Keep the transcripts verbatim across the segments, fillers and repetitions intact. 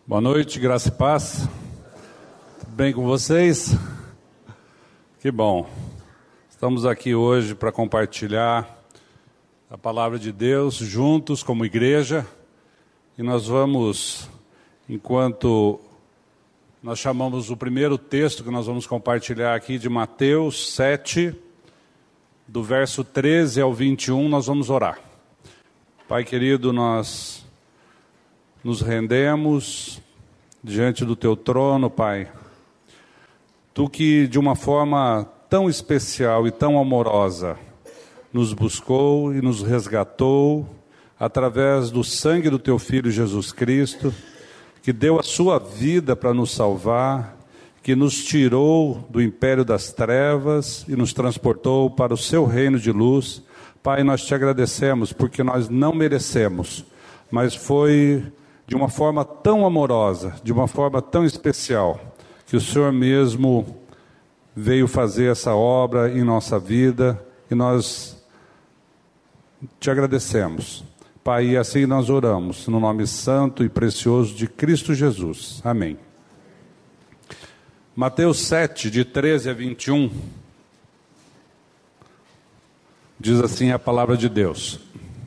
Boa noite, graça e paz. Tudo bem com vocês? Que bom. Estamos aqui hoje para compartilhar a palavra de Deus juntos como igreja. E nós vamos, enquanto nós chamamos o primeiro texto que nós vamos compartilhar aqui de Mateus sete, do verso treze ao vinte e um, nós vamos orar. Pai querido, nós nos rendemos diante do Teu trono, Pai. Tu que de uma forma tão especial e tão amorosa nos buscou e nos resgatou através do sangue do Teu Filho Jesus Cristo, que deu a Sua vida para nos salvar, que nos tirou do império das trevas e nos transportou para o Seu reino de luz. Pai, nós Te agradecemos porque nós não merecemos, mas foi de uma forma tão amorosa, de uma forma tão especial, que o Senhor mesmo veio fazer essa obra em nossa vida, e nós Te agradecemos. Pai, e assim nós oramos, no nome santo e precioso de Cristo Jesus. Amém. Mateus sete, de treze a vinte e um, diz assim a palavra de Deus.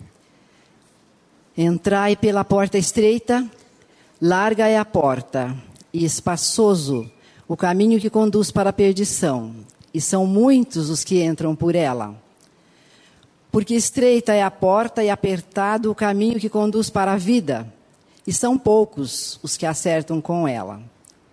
Entrai pela porta estreita, larga é a porta, e espaçoso o caminho que conduz para a perdição, e são muitos os que entram por ela. Porque estreita é a porta e apertado o caminho que conduz para a vida, e são poucos os que acertam com ela.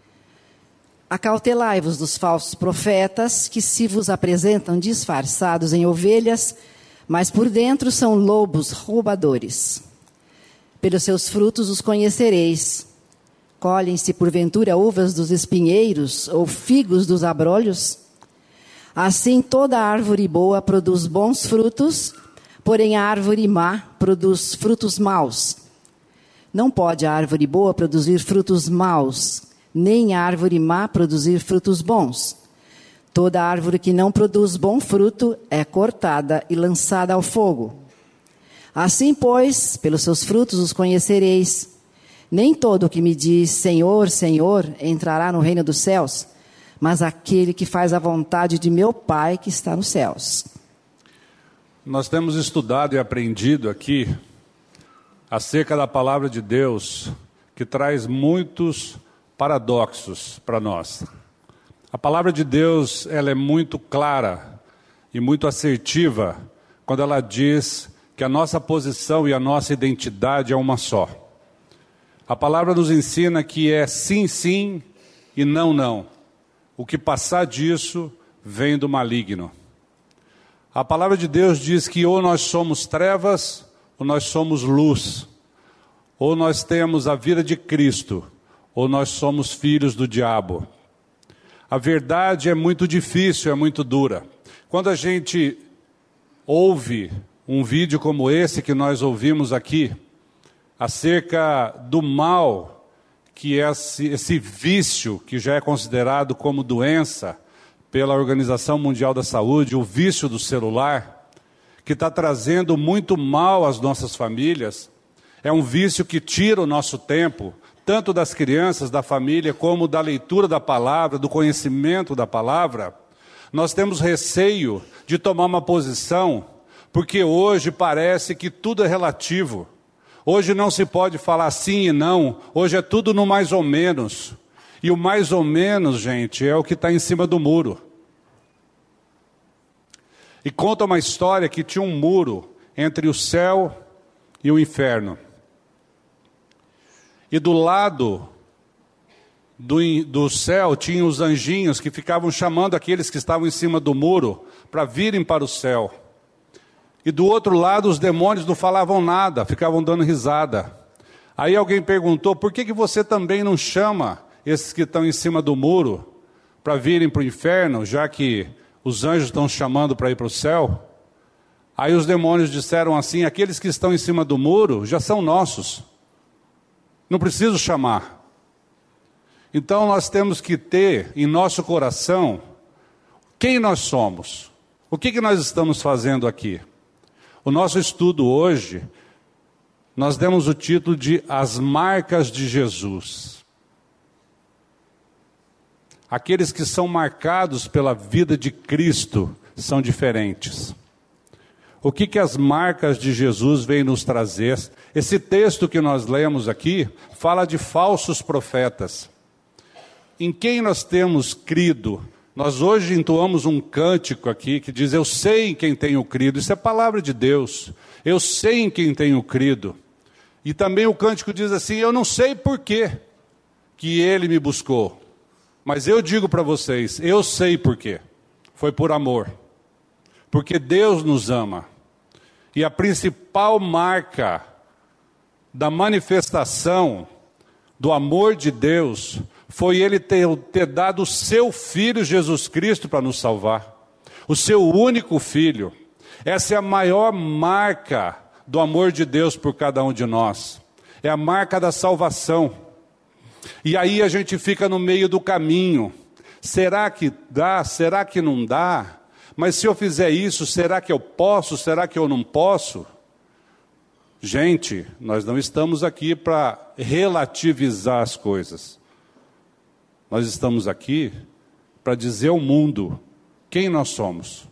Acautelai-vos dos falsos profetas, que se vos apresentam disfarçados em ovelhas, mas por dentro são lobos roubadores. Pelos seus frutos os conhecereis. Colhem-se porventura uvas dos espinheiros ou figos dos abrolhos? Assim toda árvore boa produz bons frutos, porém a árvore má produz frutos maus. Não pode a árvore boa produzir frutos maus, nem a árvore má produzir frutos bons. Toda árvore que não produz bom fruto é cortada e lançada ao fogo. Assim, pois, pelos seus frutos os conhecereis. Nem todo o que me diz Senhor, Senhor, entrará no reino dos céus, mas aquele que faz a vontade de meu Pai que está nos céus. Nós temos estudado e aprendido aqui acerca da palavra de Deus, que traz muitos paradoxos para nós. A palavra de Deus, ela é muito clara e muito assertiva quando ela diz que a nossa posição e a nossa identidade é uma só. A palavra nos ensina que é sim, sim e não, não. O que passar disso vem do maligno. A palavra de Deus diz que ou nós somos trevas ou nós somos luz. Ou nós temos a vida de Cristo ou nós somos filhos do diabo. A verdade é muito difícil, é muito dura. Quando a gente ouve um vídeo como esse que nós ouvimos aqui, acerca do mal que é esse, esse vício que já é considerado como doença pela Organização Mundial da Saúde, o vício do celular, que está trazendo muito mal às nossas famílias, é um vício que tira o nosso tempo, tanto das crianças, da família, como da leitura da palavra, do conhecimento da palavra. Nós temos receio de tomar uma posição, porque hoje parece que tudo é relativo. Hoje não se pode falar sim e não, hoje é tudo no mais ou menos. E o mais ou menos, gente, é o que está em cima do muro. E conta uma história que tinha um muro entre o céu e o inferno. E do lado do, do céu tinha os anjinhos que ficavam chamando aqueles que estavam em cima do muro para virem para o céu. E do outro lado os demônios não falavam nada, ficavam dando risada. Aí alguém perguntou, por que que você também não chama esses que estão em cima do muro para virem para o inferno, já que os anjos estão chamando para ir para o céu? Aí os demônios disseram assim, aqueles que estão em cima do muro já são nossos, não preciso chamar. Então nós temos que ter em nosso coração quem nós somos, o que que nós estamos fazendo aqui. O nosso estudo hoje nós demos o título de As Marcas de Jesus. Aqueles que são marcados pela vida de Cristo são diferentes. O que que as marcas de Jesus vêm nos trazer? Esse texto que nós lemos aqui fala de falsos profetas. Em quem nós temos crido? Nós hoje entoamos um cântico aqui que diz: eu sei em quem tenho crido. Isso é palavra de Deus. Eu sei em quem tenho crido. E também o cântico diz assim: eu não sei por quê que ele me buscou. Mas eu digo para vocês, eu sei por quê. Foi por amor. Porque Deus nos ama. E a principal marca da manifestação do amor de Deus foi Ele ter, ter dado o seu Filho Jesus Cristo para nos salvar. O seu único Filho. Essa é a maior marca do amor de Deus por cada um de nós. É a marca da salvação. E aí a gente fica no meio do caminho. Será que dá? Será que não dá? Mas se eu fizer isso, será que eu posso? Será que eu não posso? Gente, nós não estamos aqui para relativizar as coisas. Nós estamos aqui para dizer ao mundo quem nós somos.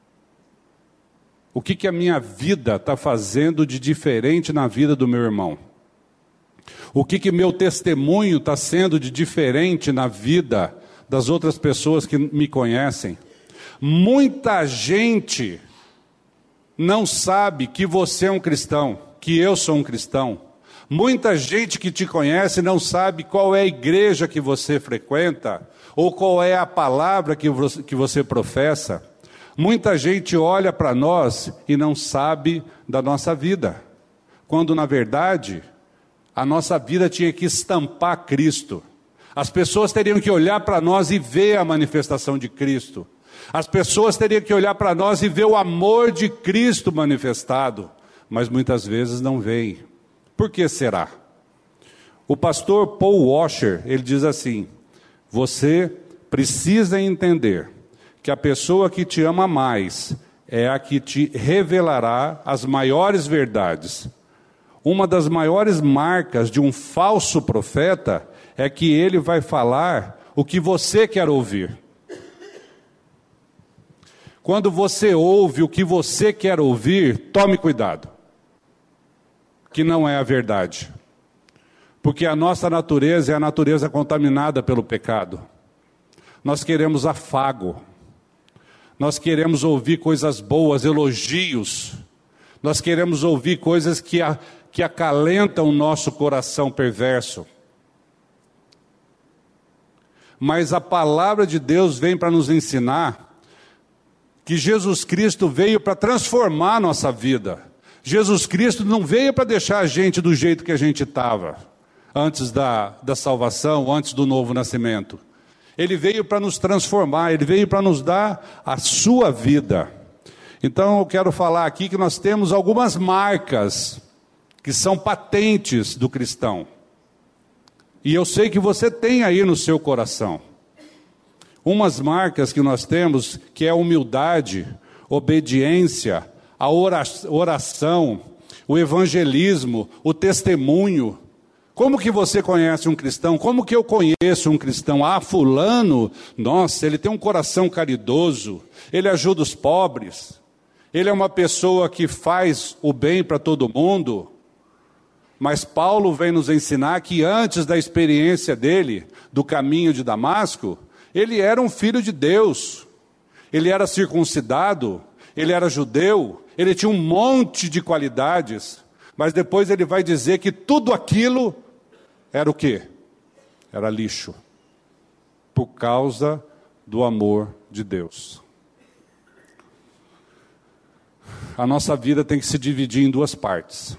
O que que a minha vida está fazendo de diferente na vida do meu irmão? O que que meu testemunho está sendo de diferente na vida das outras pessoas que me conhecem? Muita gente não sabe que você é um cristão, que eu sou um cristão. Muita gente que te conhece não sabe qual é a igreja que você frequenta, ou qual é a palavra que você, que você professa. Muita gente olha para nós e não sabe da nossa vida, quando na verdade a nossa vida tinha que estampar Cristo. As pessoas teriam que olhar para nós e ver a manifestação de Cristo. As pessoas teriam que olhar para nós e ver o amor de Cristo manifestado, mas muitas vezes não veem. Por que será? O pastor Paul Washer, ele diz assim: você precisa entender que a pessoa que te ama mais é a que te revelará as maiores verdades. Uma das maiores marcas de um falso profeta é que ele vai falar o que você quer ouvir. Quando você ouve o que você quer ouvir, tome cuidado, que não é a verdade. Porque a nossa natureza é a natureza contaminada pelo pecado. Nós queremos afago. Nós queremos ouvir coisas boas, elogios. Nós queremos ouvir coisas que, a, que acalentam o nosso coração perverso. Mas a palavra de Deus vem para nos ensinar que Jesus Cristo veio para transformar a nossa vida. Jesus Cristo não veio para deixar a gente do jeito que a gente estava, antes da, da salvação, antes do novo nascimento. Ele veio para nos transformar, Ele veio para nos dar a sua vida. Então eu quero falar aqui que nós temos algumas marcas que são patentes do cristão. E eu sei que você tem aí no seu coração. Umas marcas que nós temos, que é a humildade, obediência, a oração, o evangelismo, o testemunho. Como que você conhece um cristão? Como que eu conheço um cristão? Ah, fulano, nossa, ele tem um coração caridoso, ele ajuda os pobres, ele é uma pessoa que faz o bem para todo mundo. Mas Paulo vem nos ensinar que antes da experiência dele, do caminho de Damasco, ele era um filho de Deus, ele era circuncidado, ele era judeu, ele tinha um monte de qualidades, mas depois ele vai dizer que tudo aquilo era o quê? Era lixo, por causa do amor de Deus. A nossa vida tem que se dividir em duas partes.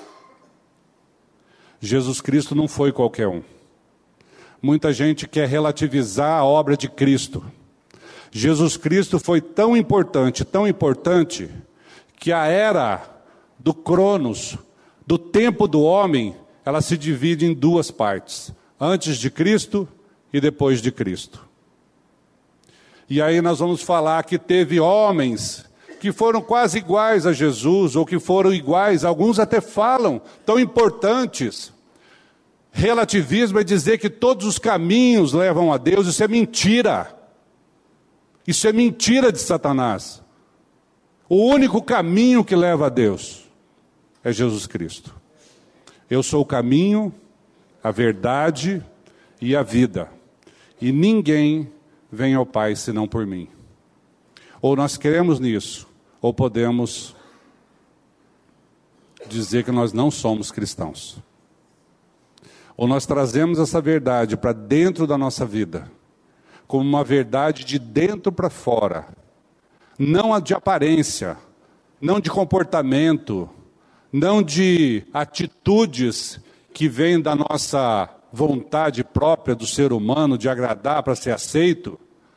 Jesus Cristo não foi qualquer um. Muita gente quer relativizar a obra de Cristo. Jesus Cristo foi tão importante, tão importante, que a era do Cronos, do tempo do homem, ela se divide em duas partes. Antes de Cristo e depois de Cristo. E aí nós vamos falar que teve homens que foram quase iguais a Jesus, ou que foram iguais, alguns até falam, tão importantes. Relativismo é dizer que todos os caminhos levam a Deus, isso é mentira. Isso é mentira de Satanás. O único caminho que leva a Deus é Jesus Cristo. Eu sou o caminho, a verdade e a vida. E ninguém vem ao Pai senão por mim. Ou nós cremos nisso, ou podemos dizer que nós não somos cristãos. Ou nós trazemos essa verdade para dentro da nossa vida, como uma verdade de dentro para fora, não a de aparência, não de comportamento, não de atitudes que vêm da nossa vontade própria do ser humano de agradar para ser aceito.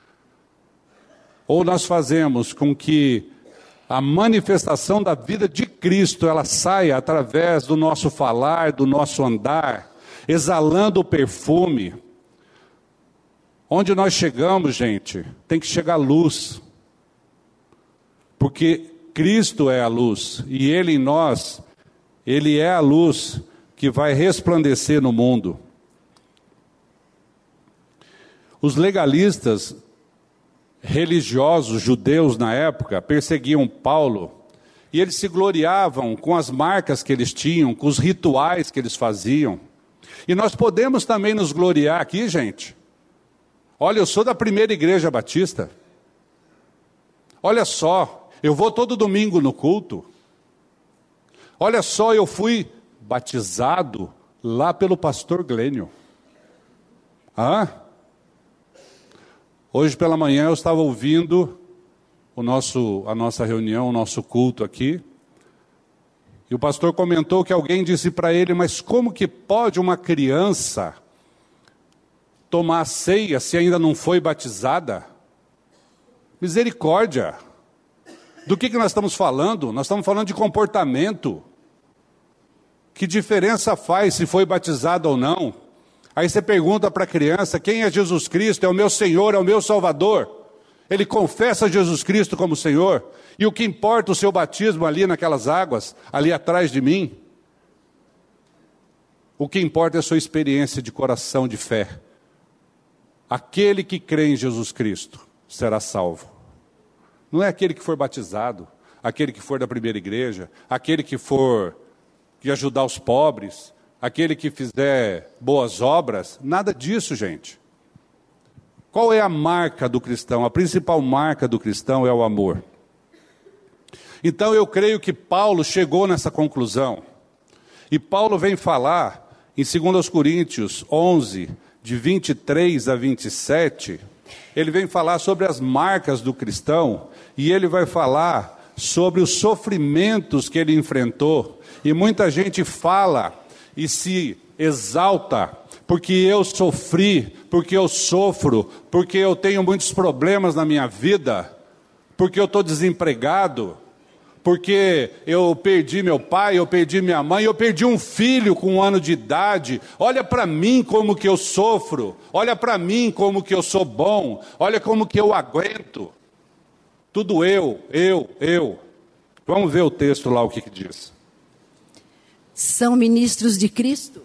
Ou nós fazemos com que a manifestação da vida de Cristo, ela saia através do nosso falar, do nosso andar, exalando o perfume. Onde nós chegamos, gente, tem que chegar luz. Porque Cristo é a luz, e Ele em nós, Ele é a luz que vai resplandecer no mundo. Os legalistas religiosos judeus na época perseguiam Paulo, e eles se gloriavam com as marcas que eles tinham, com os rituais que eles faziam. E nós podemos também nos gloriar aqui, gente. Olha, eu sou da primeira igreja batista. Olha só, eu vou todo domingo no culto. Olha só, eu fui batizado lá pelo pastor Glênio. Ah? Hoje pela manhã eu estava ouvindo o nosso, a nossa reunião, o nosso culto aqui. E o pastor comentou que alguém disse para ele, mas como que pode uma criança tomar a ceia se ainda não foi batizada? Misericórdia! Do que, que nós estamos falando? Nós estamos falando de comportamento. Que diferença faz se foi batizado ou não? Aí você pergunta para a criança, quem é Jesus Cristo? É o meu Senhor, é o meu Salvador. Ele confessa Jesus Cristo como Senhor. E o que importa o seu batismo ali naquelas águas, ali atrás de mim? O que importa é a sua experiência de coração, de fé. Aquele que crê em Jesus Cristo será salvo. Não é aquele que for batizado, aquele que for da primeira igreja, aquele que for que ajudar os pobres, aquele que fizer boas obras, nada disso, gente. Qual é a marca do cristão? A principal marca do cristão é o amor. Então eu creio que Paulo chegou nessa conclusão. E Paulo vem falar em dois Coríntios onze, de vinte e três a vinte e sete, ele vem falar sobre as marcas do cristão, e ele vai falar sobre os sofrimentos que ele enfrentou. E muita gente fala e se exalta, porque eu sofri, porque eu sofro, porque eu tenho muitos problemas na minha vida, porque eu estou desempregado, porque eu perdi meu pai, eu perdi minha mãe, eu perdi um filho com um ano de idade. Olha para mim como que eu sofro, olha para mim como que eu sou bom, olha como que eu aguento. Tudo eu, eu, eu. Vamos ver o texto lá, o que que diz. São ministros de Cristo?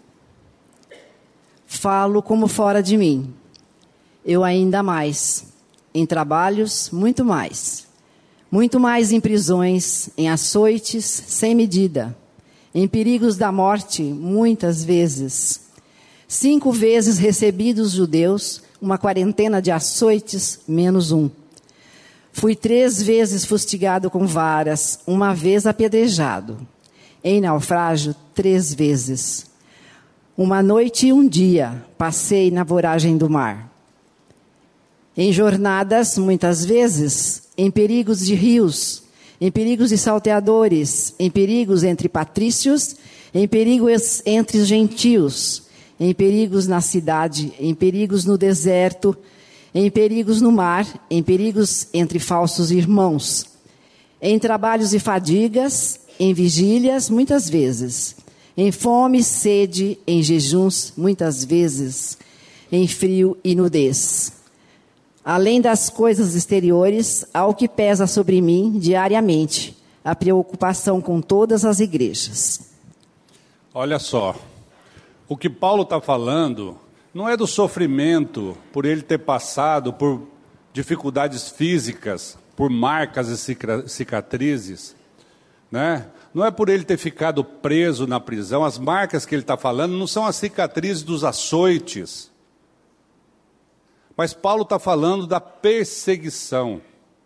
Falo como fora de mim. Eu ainda mais. Em trabalhos, muito mais. Muito mais em prisões, em açoites, sem medida. Em perigos da morte, muitas vezes. Cinco vezes recebi dos judeus uma quarentena de açoites, menos um. Fui três vezes fustigado com varas, uma vez apedrejado. Em naufrágio, três vezes. Uma noite e um dia passei na voragem do mar. Em jornadas, muitas vezes, em perigos de rios, em perigos de salteadores, em perigos entre patrícios, em perigos entre os gentios, em perigos na cidade, em perigos no deserto, em perigos no mar, em perigos entre falsos irmãos, em trabalhos e fadigas, em vigílias, muitas vezes, em fome, sede, em jejuns, muitas vezes, em frio e nudez. Além das coisas exteriores, há o que pesa sobre mim diariamente, a preocupação com todas as igrejas. Olha só, o que Paulo está falando não é do sofrimento por ele ter passado por dificuldades físicas, por marcas e cicatrizes, né? Não é por ele ter ficado preso na prisão. As marcas que ele está falando não são as cicatrizes dos açoites. Mas Paulo está falando da perseguição.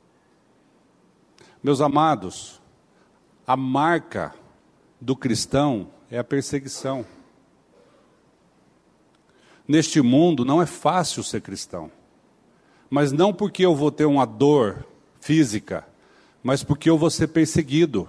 Meus amados, a marca do cristão é a perseguição. Neste mundo não é fácil ser cristão. Mas não porque eu vou ter uma dor física, mas porque eu vou ser perseguido.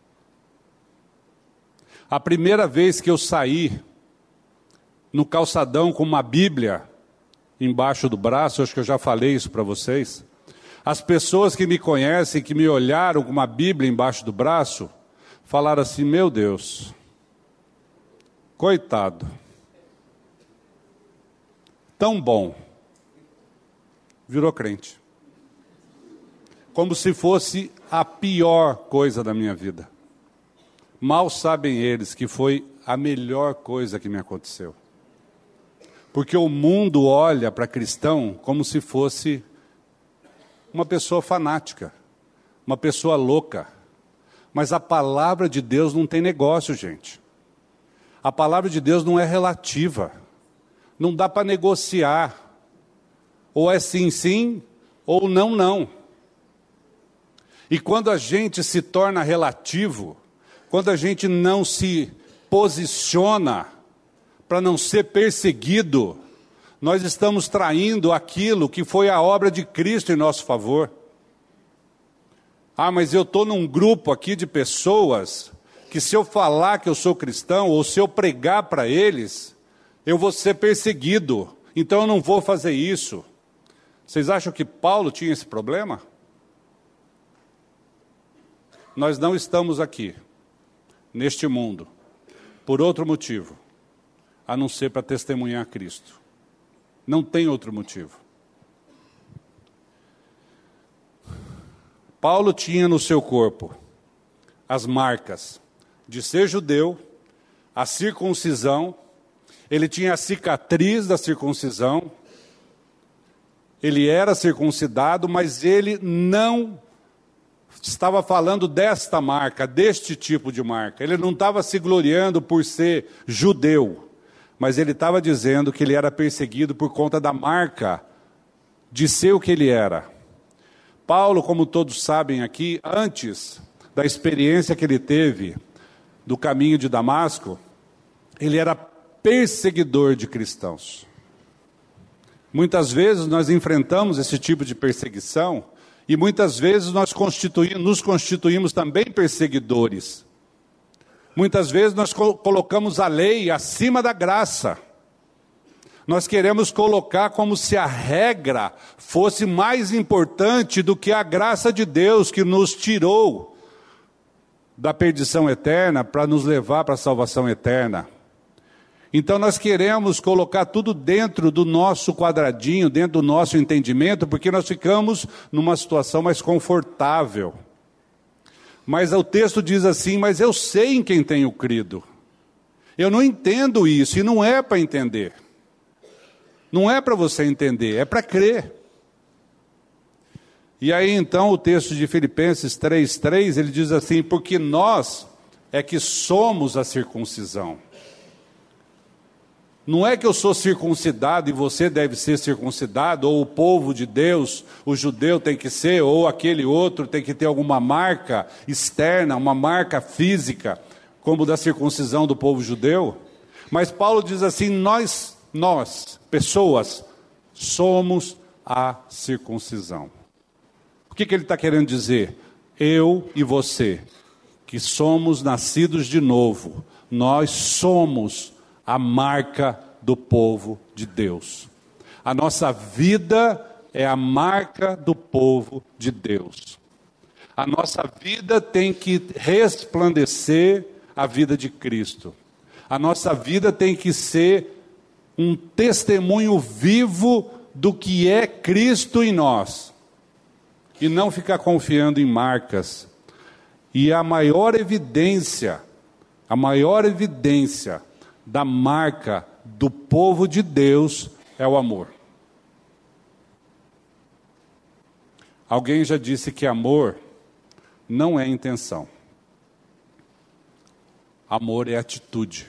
A primeira vez que eu saí no calçadão com uma Bíblia embaixo do braço, acho que eu já falei isso para vocês, as pessoas que me conhecem, que me olharam com uma Bíblia embaixo do braço, falaram assim: meu Deus, coitado, tão bom, virou crente. Como se fosse a pior coisa da minha vida. Mal sabem eles que foi a melhor coisa que me aconteceu. Porque o mundo olha para cristão como se fosse uma pessoa fanática, uma pessoa louca. Mas a palavra de Deus não tem negócio, gente. A palavra de Deus não é relativa. Não dá para negociar. Ou é sim, sim, ou não, não. E quando a gente se torna relativo, quando a gente não se posiciona para não ser perseguido, nós estamos traindo aquilo que foi a obra de Cristo em nosso favor. Ah, mas eu estou num grupo aqui de pessoas que se eu falar que eu sou cristão, ou se eu pregar para eles, eu vou ser perseguido, então eu não vou fazer isso. Vocês acham que Paulo tinha esse problema? Nós não estamos aqui, neste mundo, por outro motivo, a não ser para testemunhar Cristo. Não tem outro motivo. Paulo tinha no seu corpo as marcas de ser judeu, a circuncisão, ele tinha a cicatriz da circuncisão, ele era circuncidado, mas ele não estava falando desta marca, deste tipo de marca. Ele não estava se gloriando por ser judeu, mas ele estava dizendo que ele era perseguido por conta da marca de ser o que ele era. Paulo, como todos sabem aqui, antes da experiência que ele teve do caminho de Damasco, ele era perseguidor de cristãos. Muitas vezes nós enfrentamos esse tipo de perseguição e muitas vezes nós constituímos, nos constituímos também perseguidores. Muitas vezes nós co- colocamos a lei acima da graça. Nós queremos colocar como se a regra fosse mais importante do que a graça de Deus que nos tirou da perdição eterna para nos levar para a salvação eterna. Então nós queremos colocar tudo dentro do nosso quadradinho, dentro do nosso entendimento, porque nós ficamos numa situação mais confortável. Mas o texto diz assim: mas eu sei em quem tenho crido. Eu não entendo isso, e não é para entender. Não é para você entender, é para crer. E aí então o texto de Filipenses três, três, ele diz assim: porque nós é que somos a circuncisão. Não é que eu sou circuncidado e você deve ser circuncidado, ou o povo de Deus, o judeu tem que ser, ou aquele outro tem que ter alguma marca externa, uma marca física, como da circuncisão do povo judeu. Mas Paulo diz assim: nós, nós, pessoas, somos a circuncisão. O que, que ele está querendo dizer? Eu e você, que somos nascidos de novo, nós somos a marca do povo de Deus. A nossa vida é a marca do povo de Deus. A nossa vida tem que resplandecer a vida de Cristo. A nossa vida tem que ser um testemunho vivo do que é Cristo em nós. E não ficar confiando em marcas. E a maior evidência, a maior evidência da marca do povo de Deus é o amor. Alguém já disse que amor não é intenção. Amor é atitude.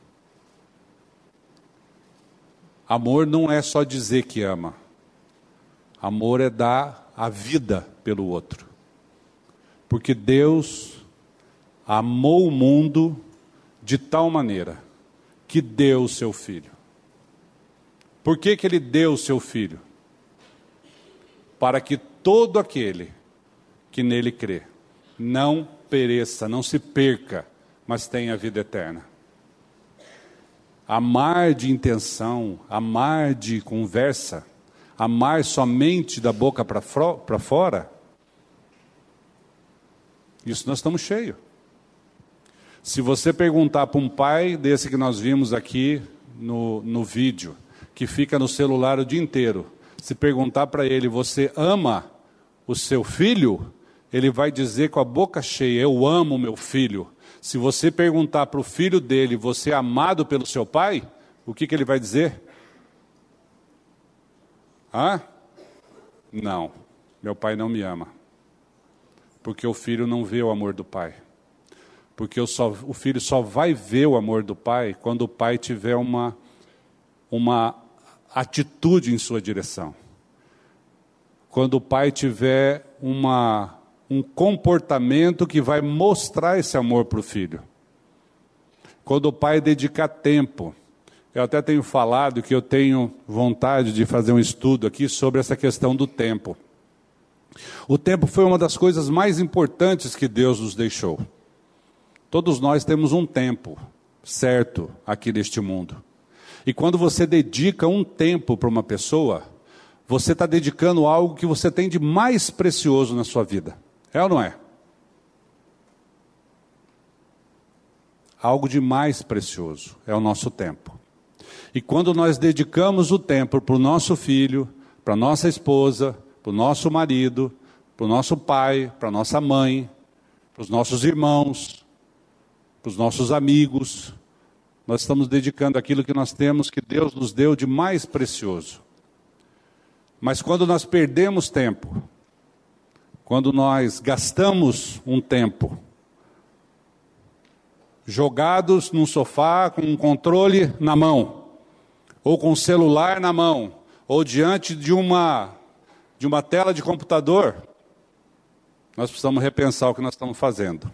Amor não é só dizer que ama. Amor é dar a vida pelo outro. Porque Deus amou o mundo de tal maneira que deu o seu Filho. Por que que Ele deu o seu Filho? Para que todo aquele que nele crê não pereça, não se perca, mas tenha vida eterna. Amar de intenção, amar de conversa, amar somente da boca para fora, isso nós estamos cheios. Se você perguntar para um pai desse que nós vimos aqui no, no vídeo, que fica no celular o dia inteiro, se perguntar para ele, você ama o seu filho? Ele vai dizer com a boca cheia, eu amo meu filho. Se você perguntar para o filho dele, você é amado pelo seu pai? O que, que ele vai dizer? Hã? Não, meu pai não me ama. Porque o filho não vê o amor do pai. Porque o, só, o filho só vai ver o amor do pai quando o pai tiver uma, uma atitude em sua direção. Quando o pai tiver uma, um comportamento que vai mostrar esse amor para o filho. Quando o pai dedicar tempo. Eu até tenho falado que eu tenho vontade de fazer um estudo aqui sobre essa questão do tempo. O tempo foi uma das coisas mais importantes que Deus nos deixou. Todos nós temos um tempo certo aqui neste mundo. E quando você dedica um tempo para uma pessoa, você está dedicando algo que você tem de mais precioso na sua vida. É ou não é? Algo de mais precioso é o nosso tempo. E quando nós dedicamos o tempo para o nosso filho, para a nossa esposa, para o nosso marido, para o nosso pai, para a nossa mãe, para os nossos irmãos, para os nossos amigos, nós estamos dedicando aquilo que nós temos, que Deus nos deu de mais precioso. Mas quando nós perdemos tempo, quando nós gastamos um tempo, jogados num sofá com um controle na mão, ou com um celular na mão, ou diante de uma, de uma tela de computador, nós precisamos repensar o que nós estamos fazendo.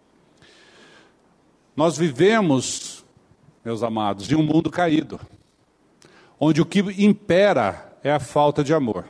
Nós vivemos, meus amados, em um mundo caído, onde o que impera é a falta de amor.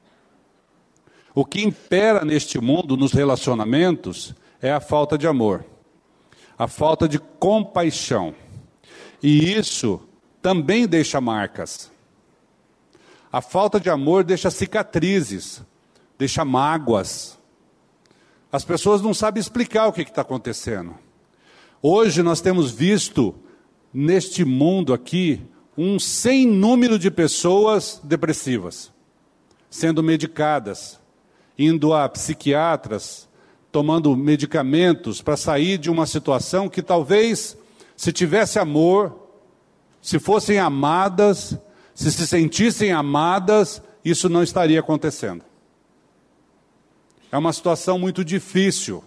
O que impera neste mundo, nos relacionamentos, é a falta de amor, a falta de compaixão. E isso também deixa marcas. A falta de amor deixa cicatrizes, deixa mágoas. As pessoas não sabem explicar o que está acontecendo. Hoje nós temos visto, neste mundo aqui, um sem número de pessoas depressivas, sendo medicadas, indo a psiquiatras, tomando medicamentos para sair de uma situação que talvez, se tivesse amor, se fossem amadas, se se sentissem amadas, isso não estaria acontecendo. É uma situação muito difícil.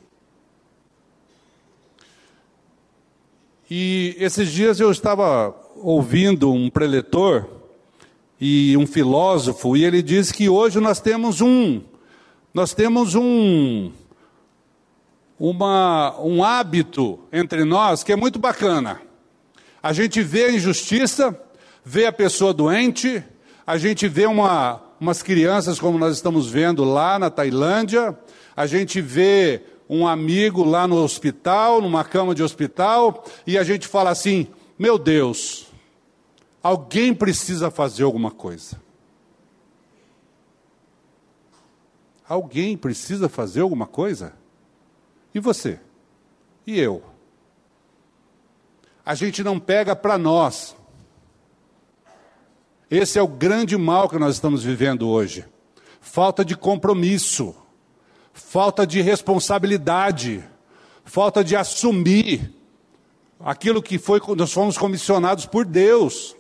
E esses dias eu estava ouvindo um preletor e um filósofo, e ele diz que hoje nós temos um, nós temos um, uma, um hábito entre nós que é muito bacana. A gente vê a injustiça, vê a pessoa doente, a gente vê uma, umas crianças como nós estamos vendo lá na Tailândia, a gente vê um amigo lá no hospital, numa cama de hospital, e a gente fala assim, meu Deus, alguém precisa fazer alguma coisa. Alguém precisa fazer alguma coisa? E você? E eu? A gente não pega para nós. Esse é o grande mal que nós estamos vivendo hoje. Falta de compromisso, falta de responsabilidade, falta de assumir aquilo que foi, nós fomos comissionados por Deus.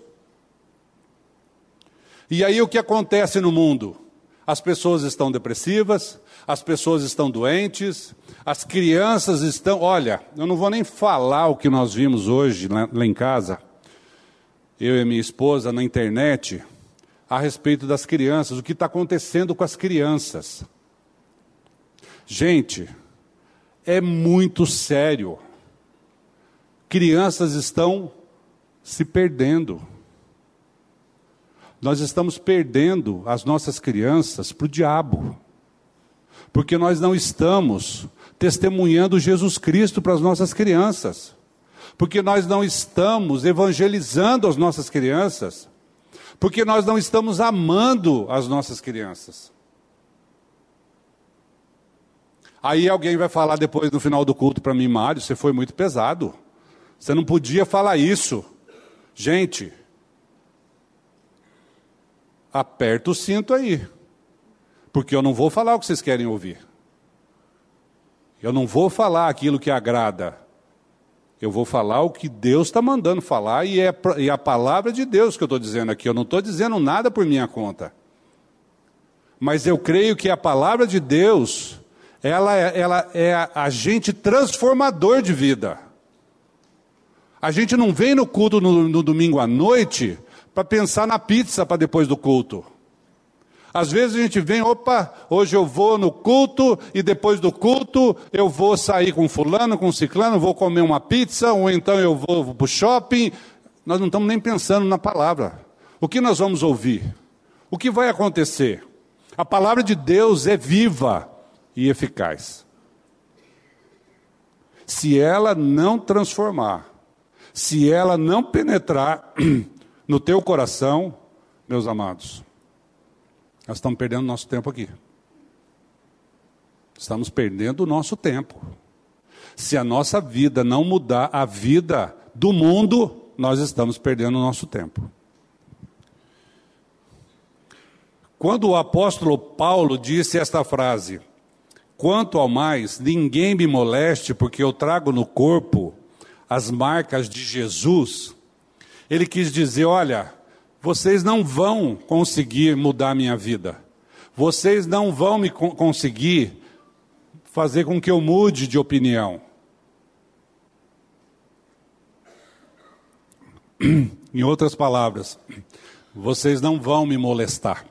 E aí o que acontece no mundo? As pessoas estão depressivas, as pessoas estão doentes, as crianças estão... Olha, eu não vou nem falar o que nós vimos hoje lá, lá em casa, eu e minha esposa na internet, a respeito das crianças, o que está acontecendo com as crianças. Gente, é muito sério. Crianças estão se perdendo. Nós estamos perdendo as nossas crianças para o diabo. Porque nós não estamos testemunhando Jesus Cristo para as nossas crianças. Porque nós não estamos evangelizando as nossas crianças. Porque nós não estamos amando as nossas crianças. Aí alguém vai falar depois, no final do culto, para mim: Mário, você foi muito pesado. Você não podia falar isso. Gente, aperta o cinto aí. Porque eu não vou falar o que vocês querem ouvir. Eu não vou falar aquilo que agrada. Eu vou falar o que Deus está mandando falar, e é, e a palavra de Deus que eu estou dizendo aqui. Eu não estou dizendo nada por minha conta. Mas eu creio que a palavra de Deus, ela, ela é agente transformador de vida. A gente não vem no culto no, no domingo à noite para pensar na pizza para depois do culto. Às vezes a gente vem, opa, hoje eu vou no culto e depois do culto eu vou sair com fulano, com ciclano, vou comer uma pizza, ou então eu vou, vou para o shopping. Nós não estamos nem pensando na palavra. O que nós vamos ouvir? O que vai acontecer? A palavra de Deus é viva e eficaz. Se ela não transformar, se ela não penetrar no teu coração, meus amados, nós estamos perdendo nosso tempo aqui. Estamos perdendo o nosso tempo. Se a nossa vida não mudar a vida do mundo, nós estamos perdendo o nosso tempo. Quando o apóstolo Paulo disse esta frase: quanto ao mais, ninguém me moleste, porque eu trago no corpo as marcas de Jesus, ele quis dizer: olha, vocês não vão conseguir mudar a minha vida. Vocês não vão me co- conseguir fazer com que eu mude de opinião. Em outras palavras, vocês não vão me molestar.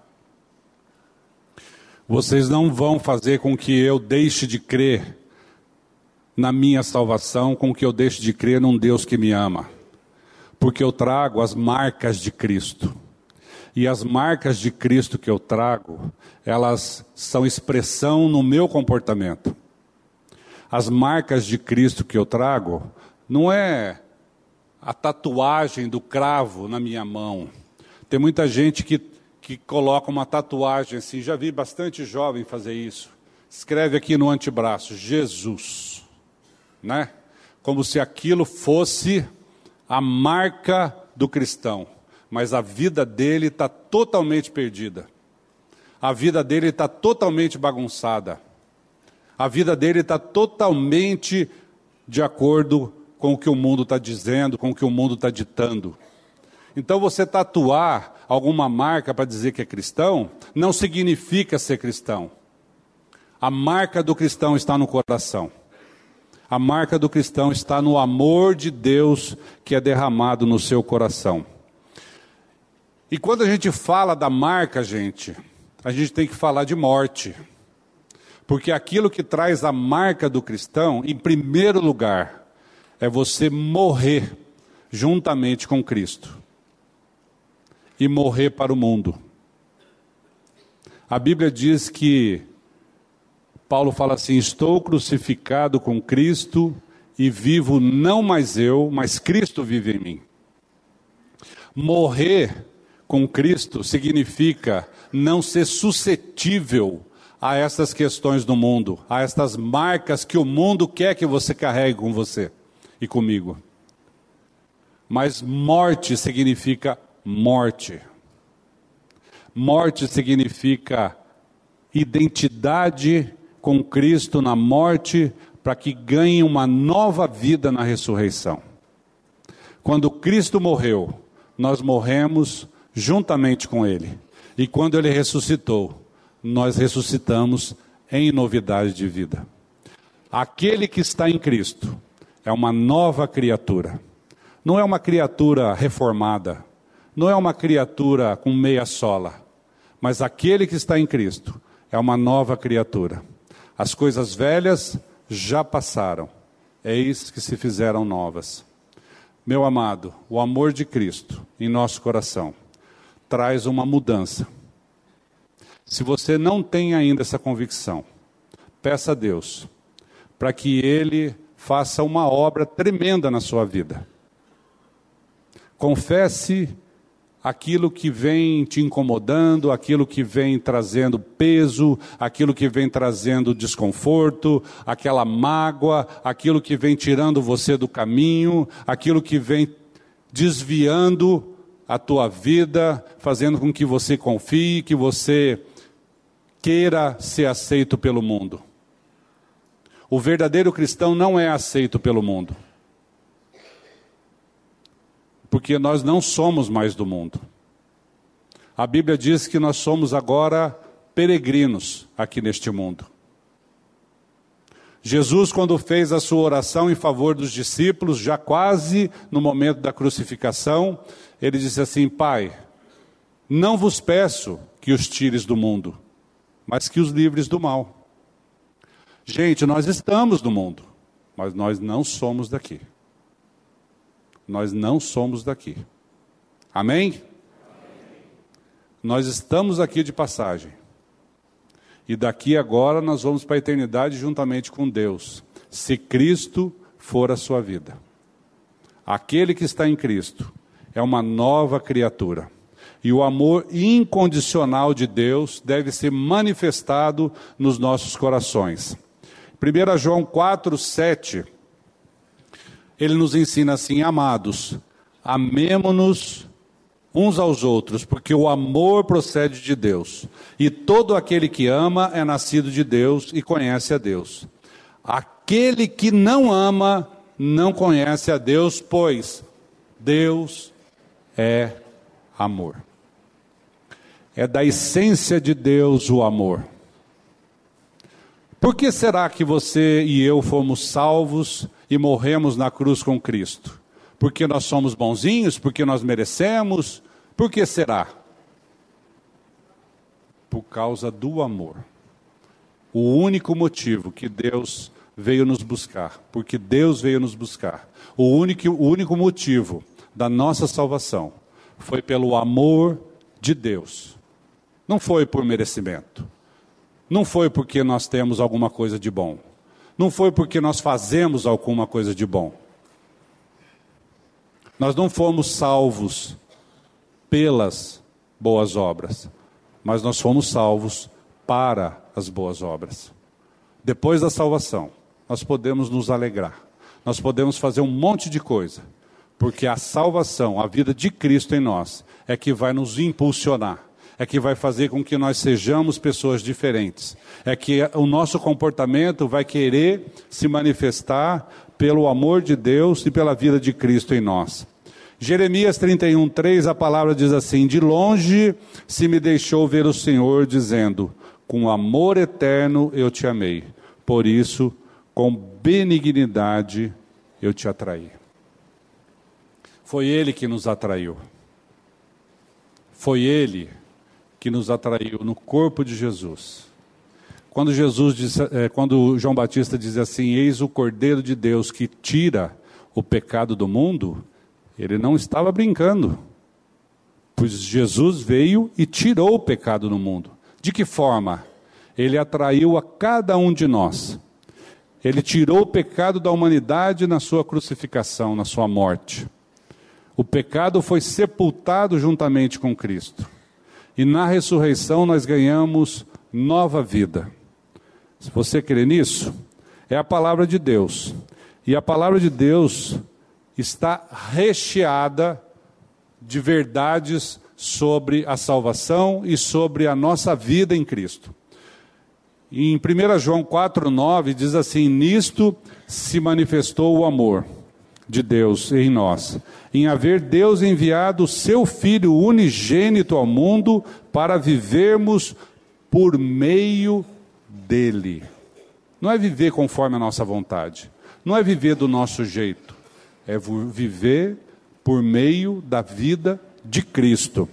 Vocês não vão fazer com que eu deixe de crer na minha salvação, com que eu deixe de crer num Deus que me ama. Porque eu trago as marcas de Cristo. E as marcas de Cristo que eu trago, elas são expressão no meu comportamento. As marcas de Cristo que eu trago, não é a tatuagem do cravo na minha mão. Tem muita gente que, que coloca uma tatuagem assim, já vi bastante jovem fazer isso. Escreve aqui no antebraço, Jesus, né? Como se aquilo fosse a marca do cristão, mas a vida dele está totalmente perdida. A vida dele está totalmente bagunçada. A vida dele está totalmente de acordo com o que o mundo está dizendo, com o que o mundo está ditando. Então você tatuar alguma marca para dizer que é cristão, não significa ser cristão. A marca do cristão está no coração. A marca do cristão está no amor de Deus que é derramado no seu coração. E quando a gente fala da marca, gente, a gente tem que falar de morte. Porque aquilo que traz a marca do cristão, em primeiro lugar, é você morrer juntamente com Cristo. E morrer para o mundo. A Bíblia diz que Paulo fala assim: estou crucificado com Cristo e vivo não mais eu, mas Cristo vive em mim. Morrer com Cristo significa não ser suscetível a essas questões do mundo, a estas marcas que o mundo quer que você carregue com você e comigo. Mas morte significa morte. Morte significa identidade com Cristo na morte, para que ganhe uma nova vida na ressurreição. Quando Cristo morreu, nós morremos juntamente com Ele. E quando Ele ressuscitou, nós ressuscitamos em novidade de vida. Aquele que está em Cristo é uma nova criatura. Não é uma criatura reformada, não é uma criatura com meia sola, mas aquele que está em Cristo é uma nova criatura. As coisas velhas já passaram, eis que se fizeram novas. Meu amado, o amor de Cristo em nosso coração traz uma mudança. Se você não tem ainda essa convicção, peça a Deus para que Ele faça uma obra tremenda na sua vida. Confesse aquilo que vem te incomodando, aquilo que vem trazendo peso, aquilo que vem trazendo desconforto, aquela mágoa, aquilo que vem tirando você do caminho, aquilo que vem desviando a tua vida, fazendo com que você confie, que você queira ser aceito pelo mundo. O verdadeiro cristão não é aceito pelo mundo. Porque nós não somos mais do mundo. A Bíblia diz que nós somos agora peregrinos aqui neste mundo. Jesus, quando fez a sua oração em favor dos discípulos, já quase no momento da crucificação, ele disse assim: Pai, não vos peço que os tires do mundo, mas que os livres do mal. Gente, nós estamos no mundo, mas nós não somos daqui. Nós não somos daqui. Amém? Amém? Nós estamos aqui de passagem. E daqui agora nós vamos para a eternidade juntamente com Deus, se Cristo for a sua vida. Aquele que está em Cristo é uma nova criatura. E o amor incondicional de Deus deve ser manifestado nos nossos corações. primeiro João quatro, sete... Ele nos ensina assim: amados, amemo-nos uns aos outros, porque o amor procede de Deus. E todo aquele que ama é nascido de Deus e conhece a Deus. Aquele que não ama não conhece a Deus, pois Deus é amor. É da essência de Deus o amor. Por que será que você e eu fomos salvos e morremos na cruz com Cristo? Porque nós somos bonzinhos? Porque nós merecemos? Por que será? Por causa do amor. O único motivo que Deus veio nos buscar, porque Deus veio nos buscar, o único, o único motivo da nossa salvação foi pelo amor de Deus. Não foi por merecimento. Não foi porque nós temos alguma coisa de bom. Não foi porque nós fazemos alguma coisa de bom. Nós não fomos salvos pelas boas obras, mas nós fomos salvos para as boas obras. Depois da salvação, nós podemos nos alegrar. Nós podemos fazer um monte de coisa, porque a salvação, a vida de Cristo em nós, é que vai nos impulsionar. É que vai fazer com que nós sejamos pessoas diferentes. É que o nosso comportamento vai querer se manifestar pelo amor de Deus e pela vida de Cristo em nós. Jeremias trinta e um, três, a palavra diz assim: de longe se me deixou ver o Senhor, dizendo, com amor eterno eu te amei, por isso com benignidade eu te atraí. Foi Ele que nos atraiu. Foi Ele que nos atraiu no corpo de Jesus. Quando Jesus disse, é, quando João Batista diz assim: eis o Cordeiro de Deus que tira o pecado do mundo, ele não estava brincando, pois Jesus veio e tirou o pecado do mundo. De que forma? Ele atraiu a cada um de nós. Ele tirou o pecado da humanidade na sua crucificação, na sua morte. O pecado foi sepultado juntamente com Cristo. E na ressurreição nós ganhamos nova vida. Se você crê nisso, é a palavra de Deus. E a palavra de Deus está recheada de verdades sobre a salvação e sobre a nossa vida em Cristo. Em primeira João quatro, nove diz assim: nisto se manifestou o amor de Deus em nós, em haver Deus enviado o seu Filho unigênito ao mundo para vivermos por meio dele. Não é viver conforme a nossa vontade, não é viver do nosso jeito, é viver por meio da vida de Cristo.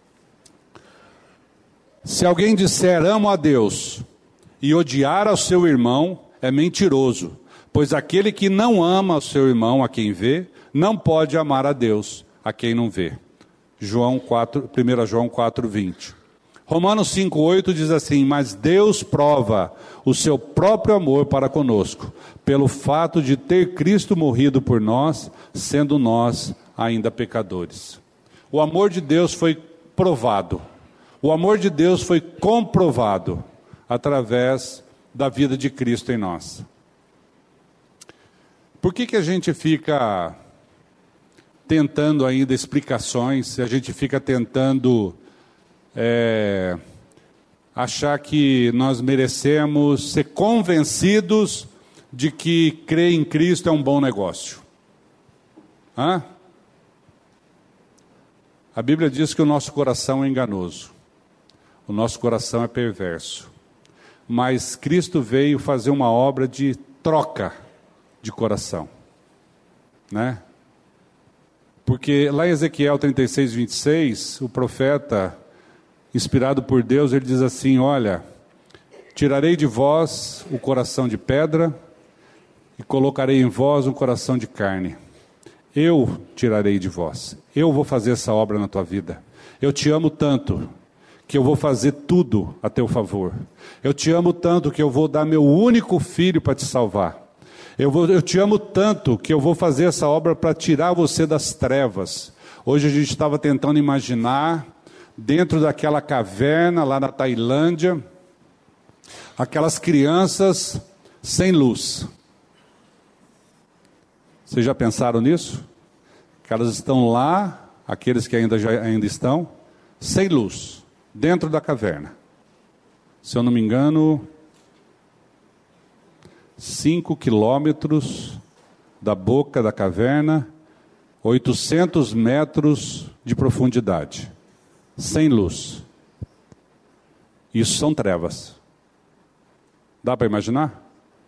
Se alguém disser amo a Deus e odiar ao seu irmão, é mentiroso, pois aquele que não ama o seu irmão a quem vê, não pode amar a Deus a quem não vê. João quatro, primeira João quatro, vinte. Romanos cinco, oito diz assim: mas Deus prova o seu próprio amor para conosco, pelo fato de ter Cristo morrido por nós, sendo nós ainda pecadores. O amor de Deus foi provado, o amor de Deus foi comprovado através da vida de Cristo em nós. Por que que a gente fica tentando ainda explicações, a gente fica tentando é, achar que nós merecemos ser convencidos de que crer em Cristo é um bom negócio? Hã? A Bíblia diz que o nosso coração é enganoso, o nosso coração é perverso, mas Cristo veio fazer uma obra de troca de coração, né? Porque lá em Ezequiel trinta e seis, vinte e seis, o profeta, inspirado por Deus, ele diz assim: olha, tirarei de vós o coração de pedra e colocarei em vós um coração de carne. Eu tirarei de vós, eu vou fazer essa obra na tua vida. Eu te amo tanto que eu vou fazer tudo a teu favor. Eu te amo tanto que eu vou dar meu único filho para te salvar. Eu, vou, eu te amo tanto que eu vou fazer essa obra para tirar você das trevas. Hoje a gente estava tentando imaginar, dentro daquela caverna lá na Tailândia, aquelas crianças sem luz. Vocês já pensaram nisso? Que elas estão lá, aqueles que ainda, já, ainda estão, sem luz, dentro da caverna. Se eu não me engano, cinco quilômetros da boca da caverna, oitocentos metros de profundidade, sem luz. Isso são trevas. Dá para imaginar?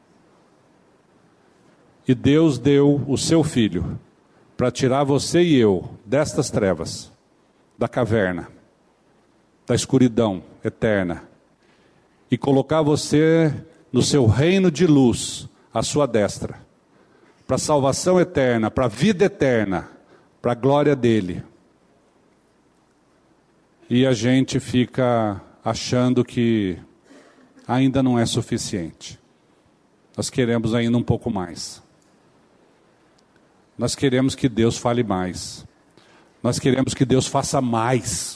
E Deus deu o seu Filho para tirar você e eu destas trevas, da caverna, da escuridão eterna, e colocar você no seu reino de luz, à sua destra, para a salvação eterna, para a vida eterna, para a glória dele. E a gente fica achando que ainda não é suficiente. Nós queremos ainda um pouco mais. Nós queremos que Deus fale mais. Nós queremos que Deus faça mais.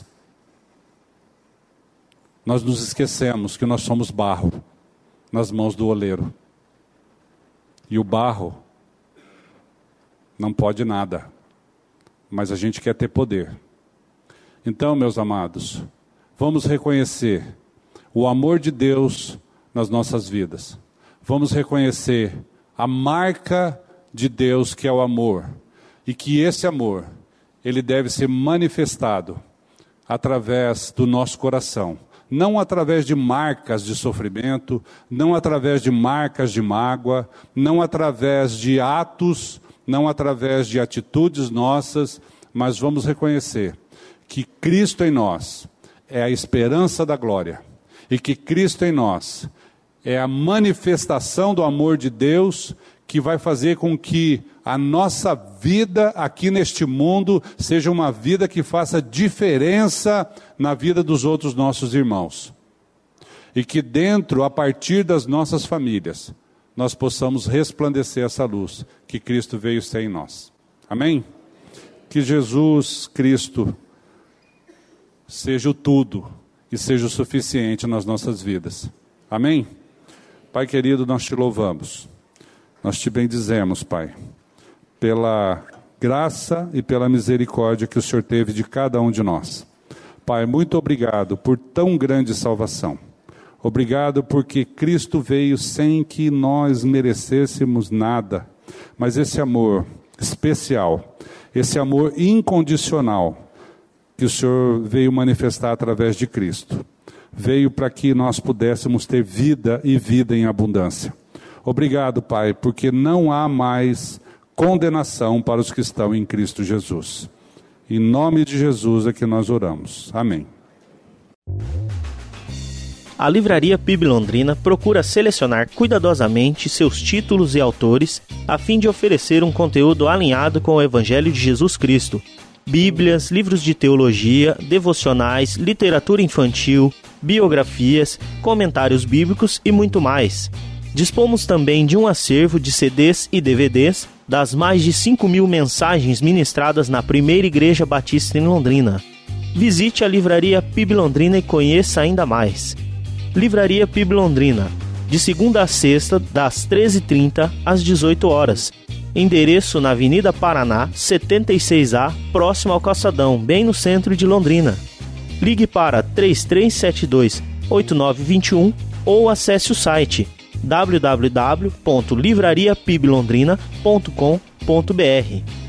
Nós nos esquecemos que nós somos barro nas mãos do oleiro. E o barro não pode nada, mas a gente quer ter poder. Então, meus amados, vamos reconhecer o amor de Deus nas nossas vidas. Vamos reconhecer a marca de Deus, que é o amor, e que esse amor, ele deve ser manifestado através do nosso coração, não através de marcas de sofrimento, não através de marcas de mágoa, não através de atos, não através de atitudes nossas, mas vamos reconhecer que Cristo em nós é a esperança da glória, e que Cristo em nós é a manifestação do amor de Deus, que vai fazer com que a nossa vida aqui neste mundo seja uma vida que faça diferença na vida dos outros nossos irmãos. E que dentro, a partir das nossas famílias, nós possamos resplandecer essa luz que Cristo veio ser em nós. Amém? Que Jesus Cristo seja o tudo e seja o suficiente nas nossas vidas. Amém? Pai querido, nós te louvamos. Nós te bendizemos, Pai, pela graça e pela misericórdia que o Senhor teve de cada um de nós. Pai, muito obrigado por tão grande salvação. Obrigado porque Cristo veio sem que nós merecêssemos nada, mas esse amor especial, esse amor incondicional que o Senhor veio manifestar através de Cristo, veio para que nós pudéssemos ter vida e vida em abundância. Obrigado, Pai, porque não há mais condenação para os que estão em Cristo Jesus. Em nome de Jesus é que nós oramos. Amém. A Livraria P I B Londrina procura selecionar cuidadosamente seus títulos e autores a fim de oferecer um conteúdo alinhado com o Evangelho de Jesus Cristo. Bíblias, livros de teologia, devocionais, literatura infantil, biografias, comentários bíblicos e muito mais. Dispomos também de um acervo de C Ds e D V Ds das mais de cinco mil mensagens ministradas na Primeira Igreja Batista em Londrina. Visite a Livraria P I B Londrina e conheça ainda mais. Livraria P I B Londrina, de segunda a sexta, das treze e trinta às dezoito horas. Endereço na Avenida Paraná, setenta e seis A, próximo ao Calçadão, bem no centro de Londrina. Ligue para três três sete dois, oito nove dois um ou acesse o site w w w ponto livraria p i b londrina ponto com ponto b r.